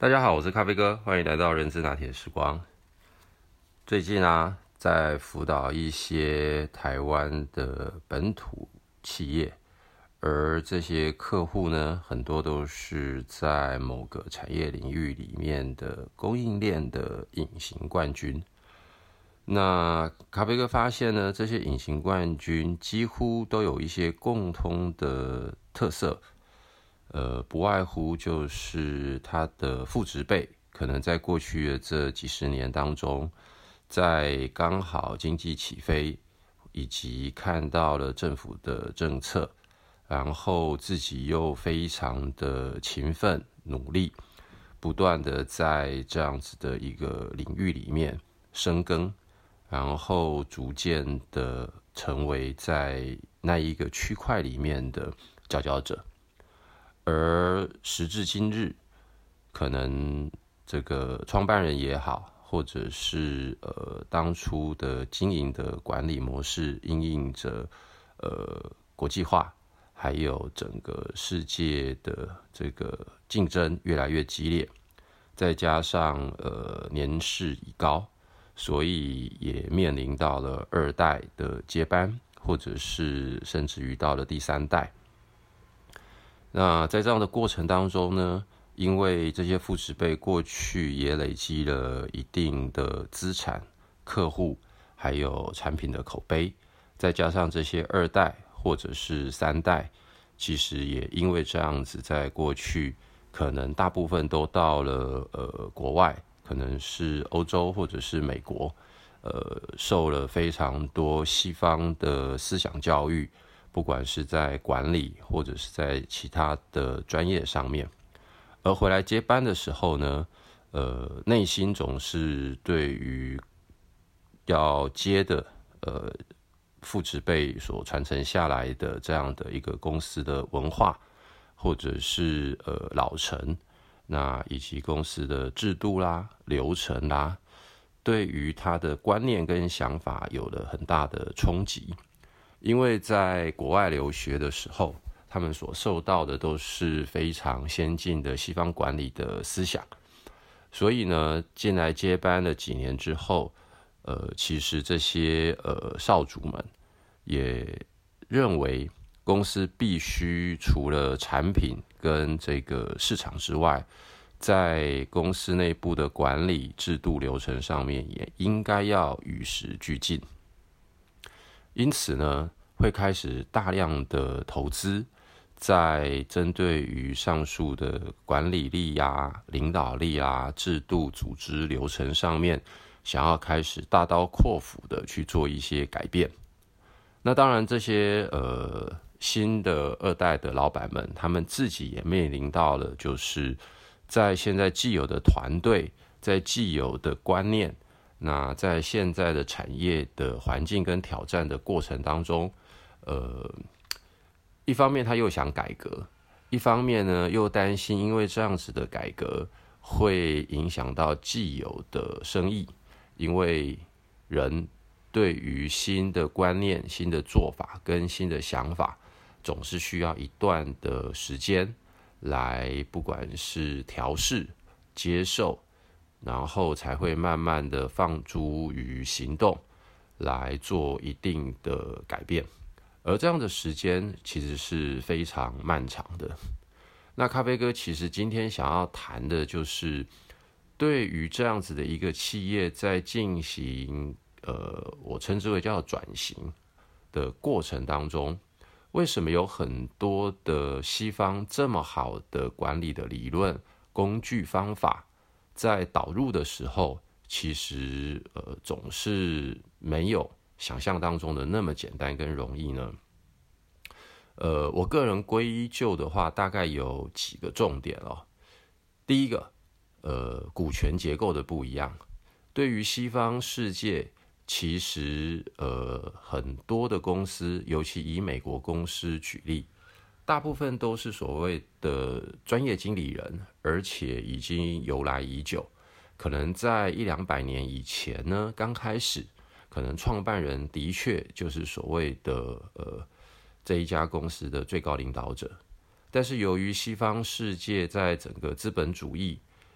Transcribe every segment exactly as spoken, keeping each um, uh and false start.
大家好，我是咖啡哥，欢迎来到人资拿铁时光。最近啊，在辅导一些台湾的本土企业，而这些客户呢，很多都是在某个产业领域里面的供应链的隐形冠军。那咖啡哥发现呢，这些隐形冠军几乎都有一些共通的特色。呃，不外乎就是他的父执辈，可能在过去的这几十年当中，在刚好经济起飞，以及看到了政府的政策，然后自己又非常的勤奋努力，不断的在这样子的一个领域里面深耕，然后逐渐的成为在那一个区块里面的佼佼者。而时至今日，可能这个创办人也好，或者是呃当初的经营的管理模式，因应着呃国际化，还有整个世界的这个竞争越来越激烈，再加上呃年事已高，所以也面临到了二代的接班，或者是甚至于到了第三代。那在这样的过程当中呢，因为这些父执辈过去也累积了一定的资产、客户，还有产品的口碑，再加上这些二代或者是三代，其实也因为这样子，在过去可能大部分都到了呃国外，可能是欧洲或者是美国，呃，受了非常多西方的思想教育。不管是在管理或者是在其他的专业上面，而回来接班的时候呢，呃，内心总是对于要接的呃父执辈所传承下来的这样的一个公司的文化，或者是呃老成，那以及公司的制度啦、流程啦，对于他的观念跟想法有了很大的冲击。因为在国外留学的时候，他们所受到的都是非常先进的西方管理的思想，所以呢，进来接班了几年之后，呃，其实这些呃少主们也认为，公司必须除了产品跟这个市场之外，在公司内部的管理制度流程上面，也应该要与时俱进。因此呢，会开始大量的投资，在针对于上述的管理力啊、领导力啊、制度、组织、流程上面，想要开始大刀阔斧的去做一些改变。那当然，这些呃新的二代的老板们，他们自己也面临到了，就是在现在既有的团队，在既有的观念。那在现在的产业的环境跟挑战的过程当中，呃，一方面他又想改革，一方面呢又担心，因为这样子的改革会影响到既有的生意，因为人对于新的观念、新的做法跟新的想法，总是需要一段的时间来，不管是调试、接受。然后才会慢慢的放诸于行动，来做一定的改变，而这样的时间其实是非常漫长的。那咖啡哥其实今天想要谈的就是，对于这样子的一个企业在进行呃，我称之为叫转型的过程当中，为什么有很多的西方这么好的管理的理论、工具、方法？在导入的时候，其实呃总是没有想象当中的那么简单跟容易呢。呃，我个人归咎的话，大概有几个重点哦。第一个，呃，股权结构的不一样。对于西方世界，其实呃很多的公司，尤其以美国公司举例。大部分都是所谓的专业经理人，而且已经由来已久。可能在一两百年以前呢，刚开始，可能创办人的确就是所谓的呃这一家公司的最高领导者。但是由于西方世界在整个资本主义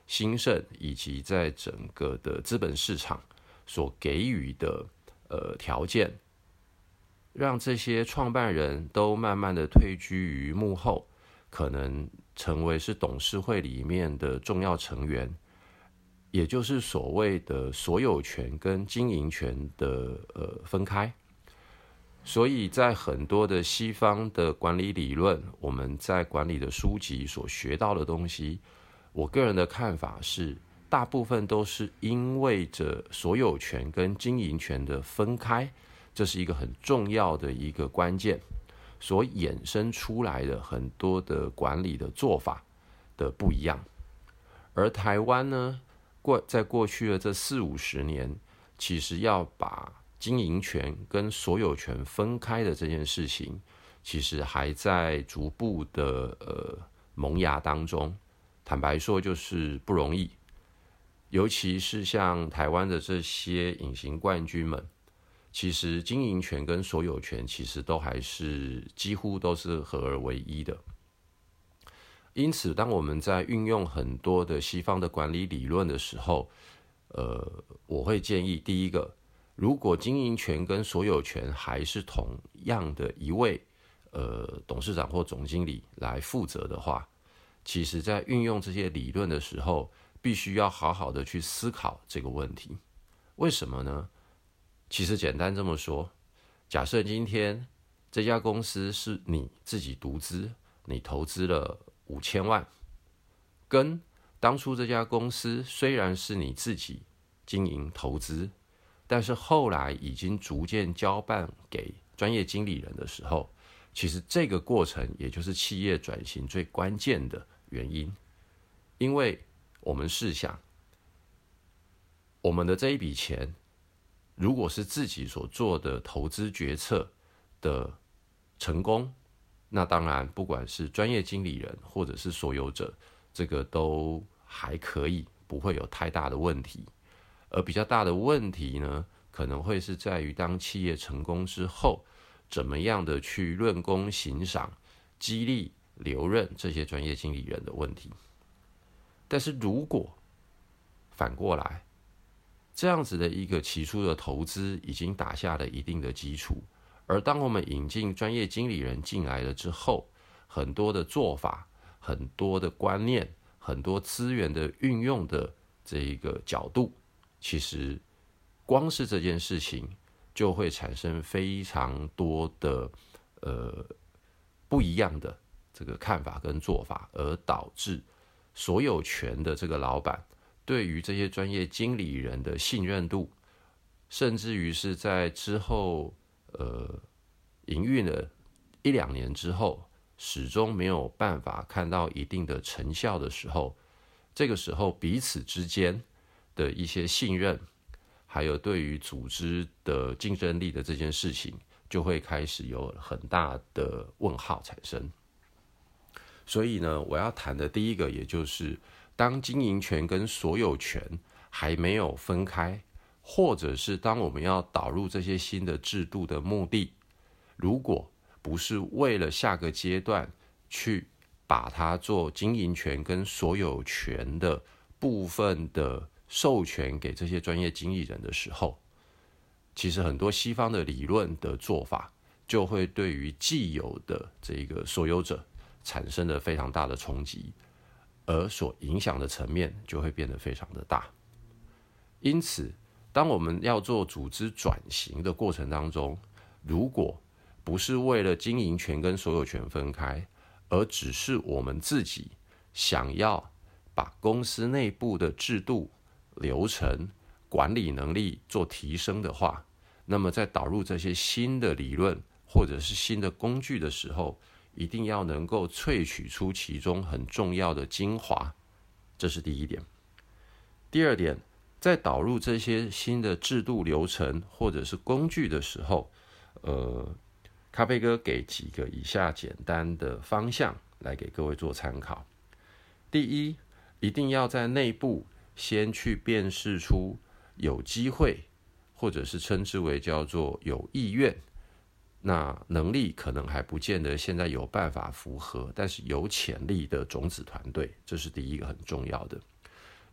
兴盛以及在整个的资本市场所给予的呃条件，让这些创办人都慢慢的退居于幕后，可能成为是董事会里面的重要成员，也就是所谓的所有权跟经营权的呃分开。所以在很多的西方的管理理论，我们在管理的书籍所学到的东西，我个人的看法是，大部分都是因为着所有权跟经营权的分开，这是一个很重要的一个关键，所衍生出来的很多的管理的做法的不一样。而台湾呢，过在过去的这四五十年，其实要把经营权跟所有权分开的这件事情，其实还在逐步的呃萌芽当中。坦白说，就是不容易。尤其是像台湾的这些隐形冠军们，其实经营权跟所有权其实都还是几乎都是合而为一的。因此，当我们在运用很多的西方的管理理论的时候，呃，我会建议第一个，如果经营权跟所有权还是同样的一位呃董事长或总经理来负责的话，其实在运用这些理论的时候，必须要好好的去思考这个问题。为什么呢？其实简单这么说，假设今天这家公司是你自己独资，你投资了五千万，跟当初这家公司虽然是你自己经营投资，但是后来已经逐渐交办给专业经理人的时候，其实这个过程也就是企业转型最关键的原因。因为我们试想，我们的这一笔钱，如果是自己所做的投资决策的成功，那当然不管是专业经理人或者是所有者，这个都还可以，不会有太大的问题。而比较大的问题呢，可能会是在于当企业成功之后，怎么样的去论功行赏、激励留任这些专业经理人的问题。但是如果反过来，这样子的一个起初的投资已经打下了一定的基础，而当我们引进专业经理人进来了之后，很多的做法、很多的观念、很多资源的运用的这一个角度，其实光是这件事情就会产生非常多的呃不一样的这个看法跟做法，而导致所有权的这个老板对于这些专业经理人的信任度，甚至于是在之后呃营运了一两年之后，始终没有办法看到一定的成效的时候，这个时候彼此之间的一些信任，还有对于组织的竞争力的这件事情，就会开始有很大的问号产生。所以呢，我要谈的第一个，也就是当经营权跟所有权还没有分开，或者是当我们要导入这些新的制度的目的，如果不是为了下个阶段去把它做经营权跟所有权的部分的授权给这些专业经理人的时候，其实很多西方的理论的做法就会对于既有的这个所有者产生了非常大的冲击，而所影响的层面就会变得非常的大。因此，当我们要做组织转型的过程当中，如果不是为了经营权跟所有权分开，而只是我们自己想要把公司内部的制度、流程、管理能力做提升的话，那么在导入这些新的理论或者是新的工具的时候，一定要能够萃取出其中很重要的精华，这是第一点。第二点，在导入这些新的制度、流程或者是工具的时候，呃，咖啡哥给几个以下简单的方向来给各位做参考。第一，一定要在内部先去辨识出有机会，或者是称之为叫做有意愿，那能力可能还不见得现在有办法符合，但是有潜力的种子团队，这是第一个很重要的。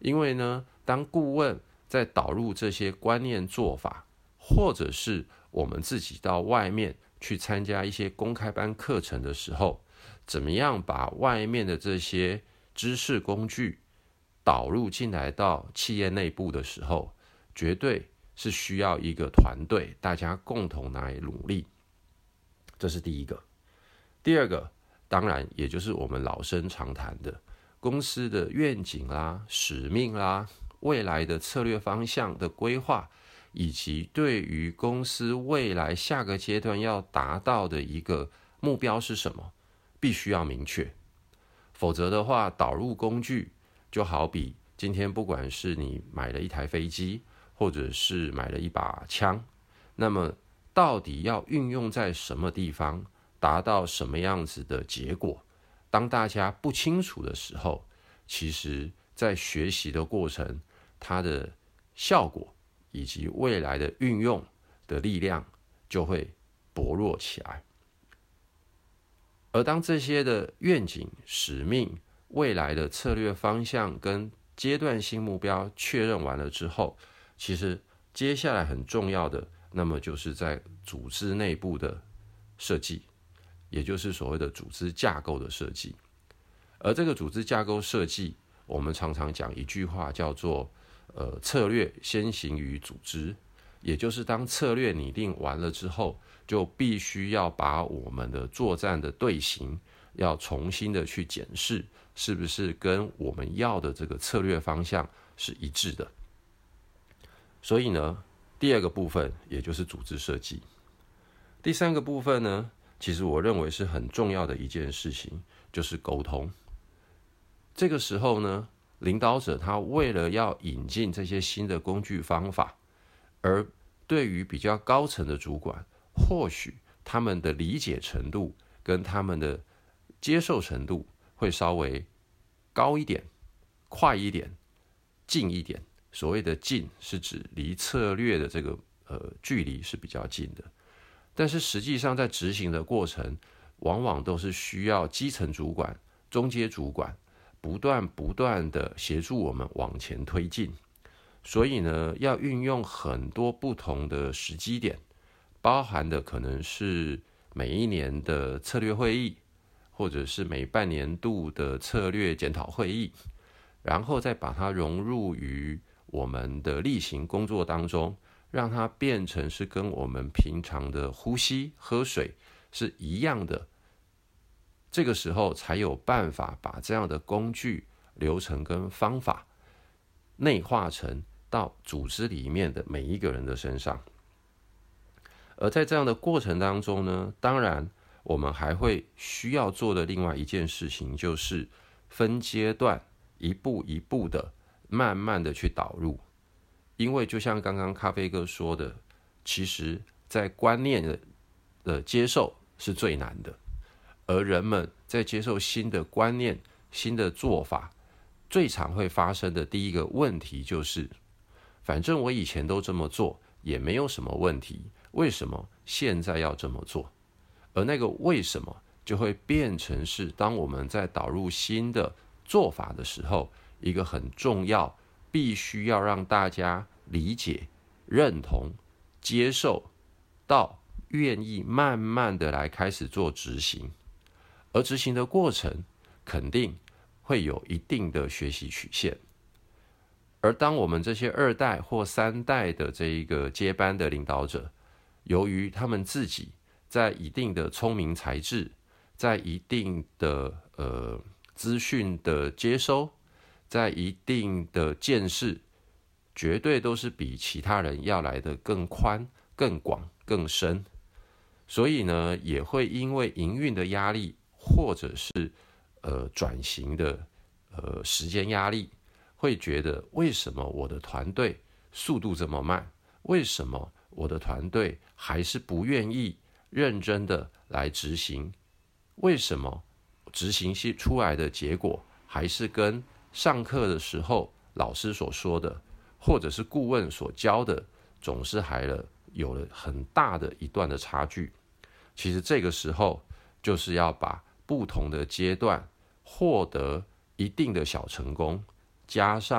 因为呢，当顾问在导入这些观念做法，或者是我们自己到外面去参加一些公开班课程的时候，怎么样把外面的这些知识工具导入进来到企业内部的时候，绝对是需要一个团队，大家共同来努力。这是第一个。第二个，当然也就是我们老生常谈的公司的愿景啦、使命啦、未来的策略方向的规划，以及对于公司未来下个阶段要达到的一个目标是什么，必须要明确。否则的话，导入工具就好比今天不管是你买了一台飞机，或者是买了一把枪，那么到底要运用在什么地方，达到什么样子的结果，当大家不清楚的时候，其实在学习的过程，它的效果以及未来的运用的力量就会薄弱起来。而当这些的愿景、使命、未来的策略方向跟阶段性目标确认完了之后，其实接下来很重要的，那么就是在组织内部的设计，也就是所谓的组织架构的设计。而这个组织架构设计，我们常常讲一句话叫做呃，策略先行于组织，也就是当策略拟定完了之后，就必须要把我们的作战的队形要重新的去检视，是不是跟我们要的这个策略方向是一致的。所以呢，第二个部分也就是组织设计。第三个部分呢，其实我认为是很重要的一件事情，就是沟通。这个时候呢，领导者他为了要引进这些新的工具方法，而对于比较高层的主管，或许他们的理解程度跟他们的接受程度会稍微高一点、快一点、近一点。所谓的近是指离策略的这个呃距离是比较近的，但是实际上在执行的过程，往往都是需要基层主管、中阶主管不断不断的协助我们往前推进。所以呢，要运用很多不同的时机点，包含的可能是每一年的策略会议，或者是每半年度的策略检讨会议，然后再把它融入于我们的例行工作当中，让它变成是跟我们平常的呼吸、喝水是一样的。这个时候才有办法把这样的工具、流程跟方法内化成到组织里面的每一个人的身上。而在这样的过程当中呢，当然我们还会需要做的另外一件事情，就是分阶段一步一步的慢慢的去导入。因为就像刚刚咖啡哥说的，其实在观念 的, 的接受是最难的，而人们在接受新的观念、新的做法，最常会发生的第一个问题就是，反正我以前都这么做，也没有什么问题，为什么现在要这么做？而那个为什么就会变成是当我们在导入新的做法的时候，一个很重要，必须要让大家理解、认同、接受，到愿意慢慢的来开始做执行。而执行的过程肯定会有一定的学习曲线。而当我们这些二代或三代的这一个接班的领导者，由于他们自己在一定的聪明才智，在一定的呃资讯的接收，在一定的见识，绝对都是比其他人要来的更宽、更广、更深。所以呢，也会因为营运的压力，或者是呃转型的呃时间压力，会觉得为什么我的团队速度这么慢？为什么我的团队还是不愿意认真的来执行？为什么执行出来的结果还是跟上课的时候老师所说的，或者是顾问所教的，总是还了有了很大的一段的差距？其实这个时候就是要把不同的阶段获得一定的小成功，加上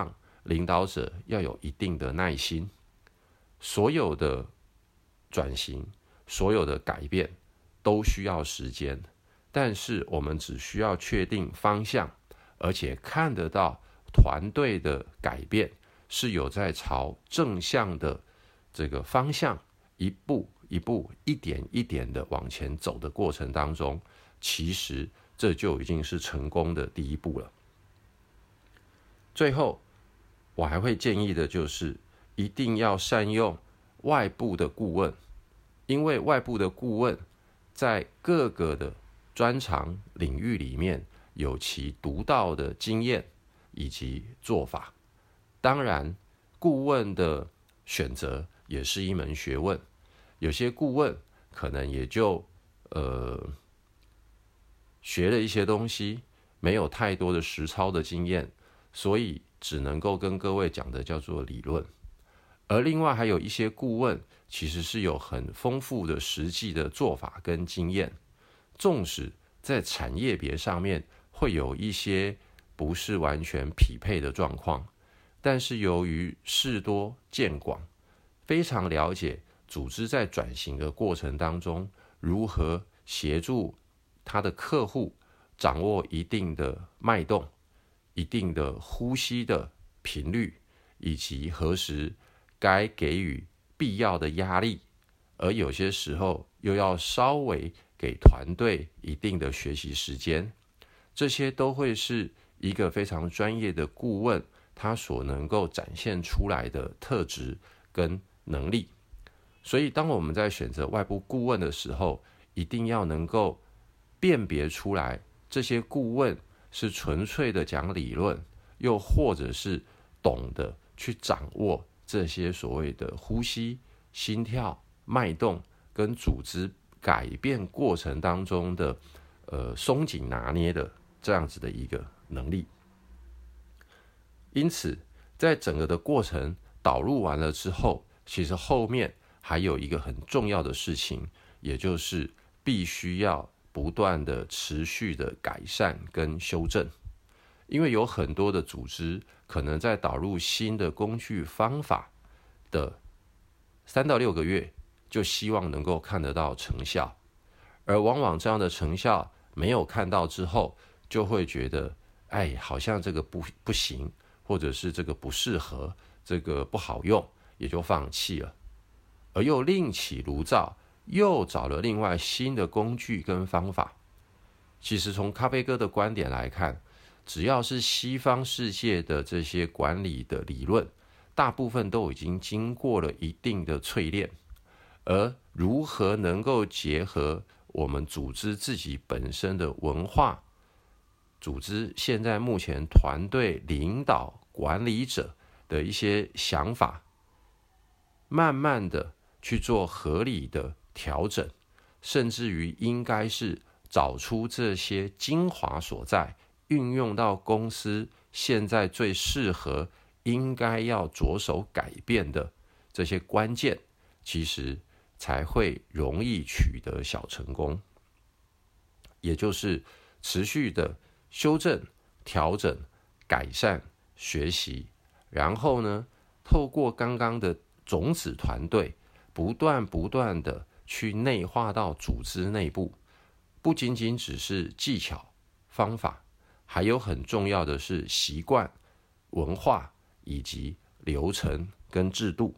领导者要有一定的耐心。所有的转型，所有的改变都需要时间，但是我们只需要确定方向，而且看得到团队的改变是有在朝正向的这个方向一步一步一点一点的往前走的过程当中，其实这就已经是成功的第一步了。最后我还会建议的就是一定要善用外部的顾问，因为外部的顾问在各个的专长领域里面有其独到的经验以及做法。当然顾问的选择也是一门学问，有些顾问可能也就呃学了一些东西，没有太多的实操的经验，所以只能够跟各位讲的叫做理论。而另外还有一些顾问其实是有很丰富的实际的做法跟经验，纵使在产业别上面会有一些不是完全匹配的状况，但是由于事多见广，非常了解组织在转型的过程当中如何协助他的客户掌握一定的脉动、一定的呼吸的频率，以及何时该给予必要的压力，而有些时候又要稍微给团队一定的学习时间，这些都会是一个非常专业的顾问他所能够展现出来的特质跟能力。所以当我们在选择外部顾问的时候，一定要能够辨别出来这些顾问是纯粹的讲理论，又或者是懂得去掌握这些所谓的呼吸、心跳、脉动跟组织改变过程当中的呃松紧拿捏的这样子的一个能力。因此在整个的过程导入完了之后，其实后面还有一个很重要的事情，也就是必须要不断的持续的改善跟修正。因为有很多的组织可能在导入新的工具方法的三到六个月就希望能够看得到成效，而往往这样的成效没有看到之后，就会觉得哎，好像这个不不行，或者是这个不适合，这个不好用，也就放弃了，而又另起炉灶，又找了另外新的工具跟方法。其实从咖啡哥的观点来看，只要是西方世界的这些管理的理论，大部分都已经经过了一定的淬炼，而如何能够结合我们组织自己本身的文化，组织现在目前团队领导管理者的一些想法，慢慢的去做合理的调整，甚至于应该是找出这些精华所在，运用到公司现在最适合应该要着手改变的这些关键，其实才会容易取得小成功。也就是持续的修正、调整、改善、学习，然后呢，透过刚刚的种子团队，不断不断的去内化到组织内部，不仅仅只是技巧、方法，还有很重要的是习惯、文化以及流程跟制度。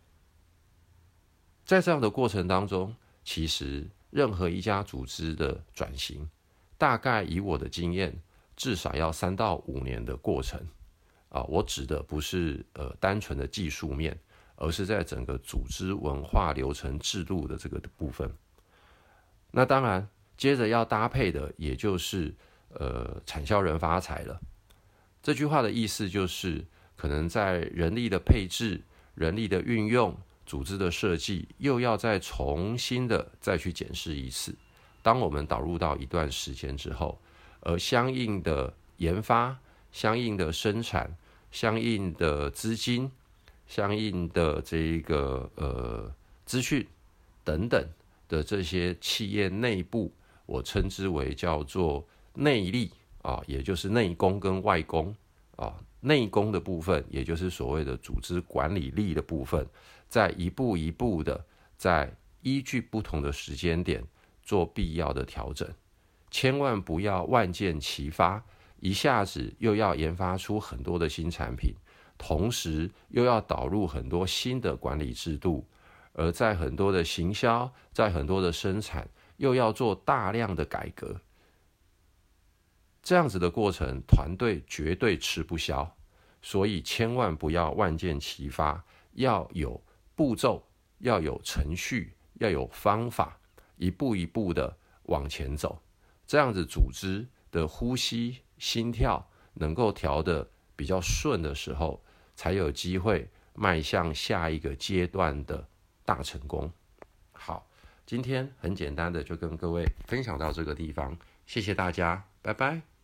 在这样的过程当中，其实任何一家组织的转型，大概以我的经验，至少要三到五年的过程啊。我指的不是呃单纯的技术面，而是在整个组织文化、流程、制度的这个部分。那当然，接着要搭配的，也就是呃产销人发财了。这句话的意思就是，可能在人力的配置、人力的运用、组织的设计，又要再重新的再去检视一次。当我们导入到一段时间之后，而相应的研发、相应的生产、相应的资金、相应的这个呃资讯等等的这些企业内部，我称之为叫做内力啊，也就是内功跟外功哦，内功的部分，也就是所谓的组织管理力的部分，在一步一步的在依据不同的时间点做必要的调整，千万不要万箭齐发，一下子又要研发出很多的新产品，同时又要导入很多新的管理制度，而在很多的行销，在很多的生产，又要做大量的改革。这样子的过程，团队绝对吃不消，所以千万不要万箭齐发，要有步骤，要有程序，要有方法，一步一步的往前走。这样子组织的呼吸、心跳能够调得比较顺的时候，才有机会迈向下一个阶段的大成功。好，今天很简单的就跟各位分享到这个地方，谢谢大家，拜拜。